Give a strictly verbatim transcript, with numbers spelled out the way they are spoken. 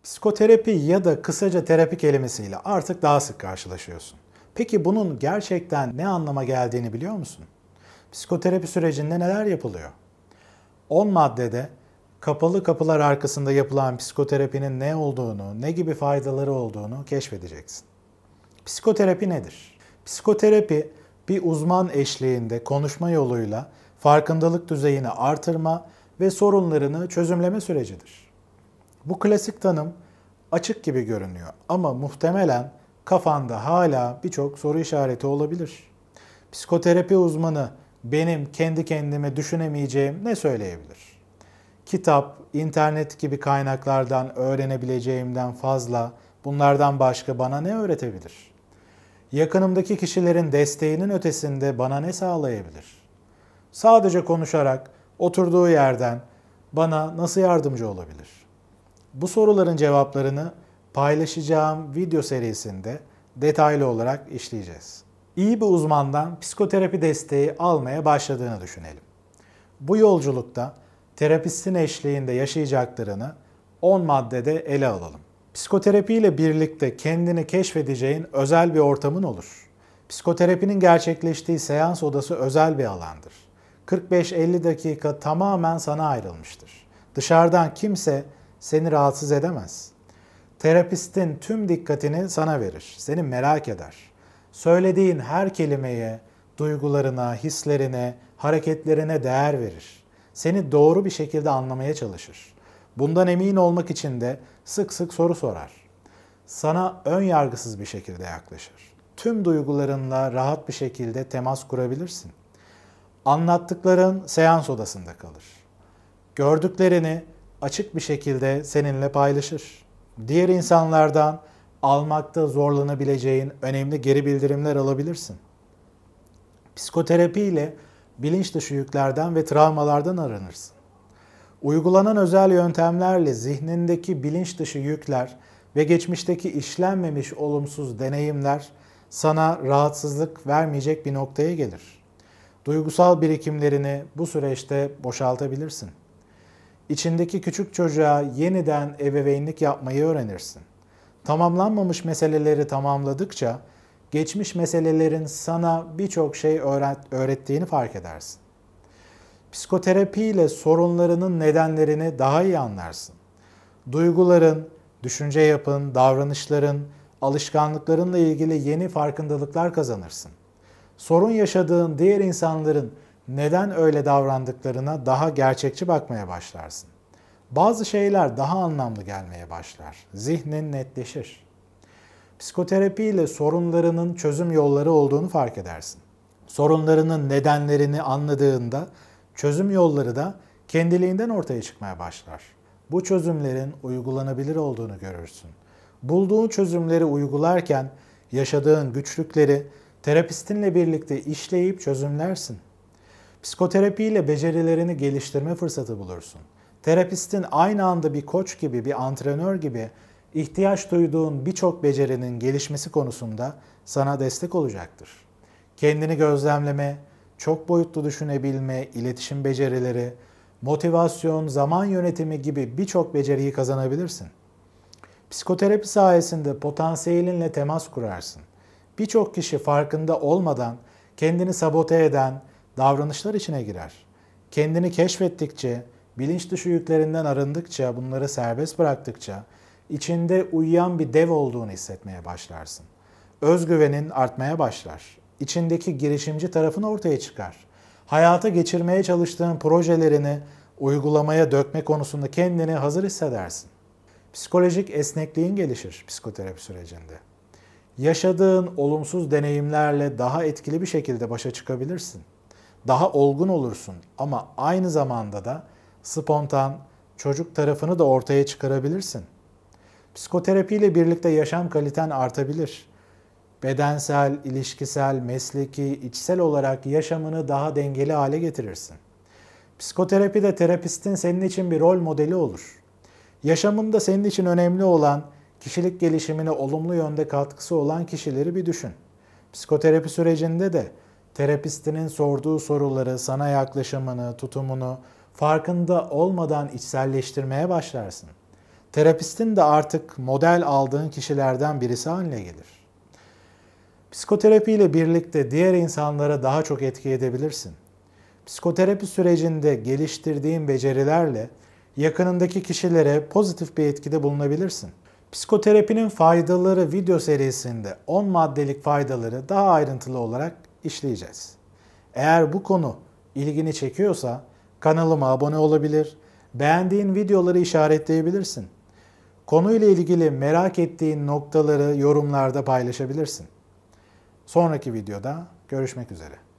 Psikoterapi ya da kısaca terapi kelimesiyle artık daha sık karşılaşıyorsun. Peki bunun gerçekten ne anlama geldiğini biliyor musun? Psikoterapi sürecinde neler yapılıyor? on maddede kapalı kapılar arkasında yapılan psikoterapinin ne olduğunu, ne gibi faydaları olduğunu keşfedeceksin. Psikoterapi nedir? Psikoterapi bir uzman eşliğinde konuşma yoluyla farkındalık düzeyini artırma ve sorunlarını çözümleme sürecidir. Bu klasik tanım açık gibi görünüyor ama muhtemelen kafanda hala birçok soru işareti olabilir. Psikoterapi uzmanı benim kendi kendime düşünemeyeceğim ne söyleyebilir? Kitap, internet gibi kaynaklardan öğrenebileceğimden fazla bunlardan başka bana ne öğretebilir? Yakınımdaki kişilerin desteğinin ötesinde bana ne sağlayabilir? Sadece konuşarak oturduğu yerden bana nasıl yardımcı olabilir? Bu soruların cevaplarını paylaşacağım video serisinde detaylı olarak işleyeceğiz. İyi bir uzmandan psikoterapi desteği almaya başladığını düşünelim. Bu yolculukta terapistin eşliğinde yaşayacaklarını on maddede ele alalım. Psikoterapi ile birlikte kendini keşfedeceğin özel bir ortamın olur. Psikoterapinin gerçekleştiği seans odası özel bir alandır. kırk beş elli dakika tamamen sana ayrılmıştır. Dışarıdan kimse seni rahatsız edemez. Terapistin tüm dikkatini sana verir, seni merak eder. Söylediğin her kelimeye, duygularına, hislerine, hareketlerine değer verir. Seni doğru bir şekilde anlamaya çalışır. Bundan emin olmak için de sık sık soru sorar. Sana ön yargısız bir şekilde yaklaşır. Tüm duygularınla rahat bir şekilde temas kurabilirsin. Anlattıkların seans odasında kalır. Gördüklerini açık bir şekilde seninle paylaşır. Diğer insanlardan almakta zorlanabileceğin önemli geri bildirimler alabilirsin. Psikoterapi ile bilinç dışı yüklerden ve travmalardan arınırsın. Uygulanan özel yöntemlerle zihnindeki bilinç dışı yükler ve geçmişteki işlenmemiş olumsuz deneyimler sana rahatsızlık vermeyecek bir noktaya gelir. Duygusal birikimlerini bu süreçte boşaltabilirsin. İçindeki küçük çocuğa yeniden ebeveynlik yapmayı öğrenirsin. Tamamlanmamış meseleleri tamamladıkça geçmiş meselelerin sana birçok şey öğrettiğini fark edersin. Psikoterapi ile sorunlarının nedenlerini daha iyi anlarsın. Duyguların, düşünce yapın, davranışların, alışkanlıklarınla ilgili yeni farkındalıklar kazanırsın. Sorun yaşadığın diğer insanların neden öyle davrandıklarına daha gerçekçi bakmaya başlarsın. Bazı şeyler daha anlamlı gelmeye başlar. Zihnin netleşir. Psikoterapi ile sorunlarının çözüm yolları olduğunu fark edersin. Sorunlarının nedenlerini anladığında çözüm yolları da kendiliğinden ortaya çıkmaya başlar. Bu çözümlerin uygulanabilir olduğunu görürsün. Bulduğun çözümleri uygularken yaşadığın güçlükleri terapistinle birlikte işleyip çözümlersin. Psikoterapi ile becerilerini geliştirme fırsatı bulursun. Terapistin aynı anda bir koç gibi, bir antrenör gibi ihtiyaç duyduğun birçok becerinin gelişmesi konusunda sana destek olacaktır. Kendini gözlemleme, çok boyutlu düşünebilme, iletişim becerileri, motivasyon, zaman yönetimi gibi birçok beceriyi kazanabilirsin. Psikoterapi sayesinde potansiyelinle temas kurarsın. Birçok kişi farkında olmadan kendini sabote eden davranışlar içine girer. Kendini keşfettikçe, bilinç dışı yüklerinden arındıkça, bunları serbest bıraktıkça içinde uyuyan bir dev olduğunu hissetmeye başlarsın. Özgüvenin artmaya başlar. İçindeki girişimci tarafın ortaya çıkar. Hayata geçirmeye çalıştığın projelerini uygulamaya dökme konusunda kendini hazır hissedersin. Psikolojik esnekliğin gelişir psikoterapi sürecinde. Yaşadığın olumsuz deneyimlerle daha etkili bir şekilde başa çıkabilirsin. Daha olgun olursun ama aynı zamanda da spontan, çocuk tarafını da ortaya çıkarabilirsin. Psikoterapi ile birlikte yaşam kaliten artabilir. Bedensel, ilişkisel, mesleki, içsel olarak yaşamını daha dengeli hale getirirsin. Psikoterapide terapistin senin için bir rol modeli olur. Yaşamında senin için önemli olan, kişilik gelişimine olumlu yönde katkısı olan kişileri bir düşün. Psikoterapi sürecinde de terapistinin sorduğu soruları, sana yaklaşımını, tutumunu farkında olmadan içselleştirmeye başlarsın. Terapistin de artık model aldığın kişilerden birisi haline gelir. Psikoterapi ile birlikte diğer insanlara daha çok etki edebilirsin. Psikoterapi sürecinde geliştirdiğin becerilerle yakınındaki kişilere pozitif bir etkide bulunabilirsin. Psikoterapinin faydaları video serisinde on maddelik faydaları daha ayrıntılı olarak işleyeceğiz. Eğer bu konu ilgini çekiyorsa kanalıma abone olabilir, beğendiğin videoları işaretleyebilirsin. Konuyla ilgili merak ettiğin noktaları yorumlarda paylaşabilirsin. Sonraki videoda görüşmek üzere.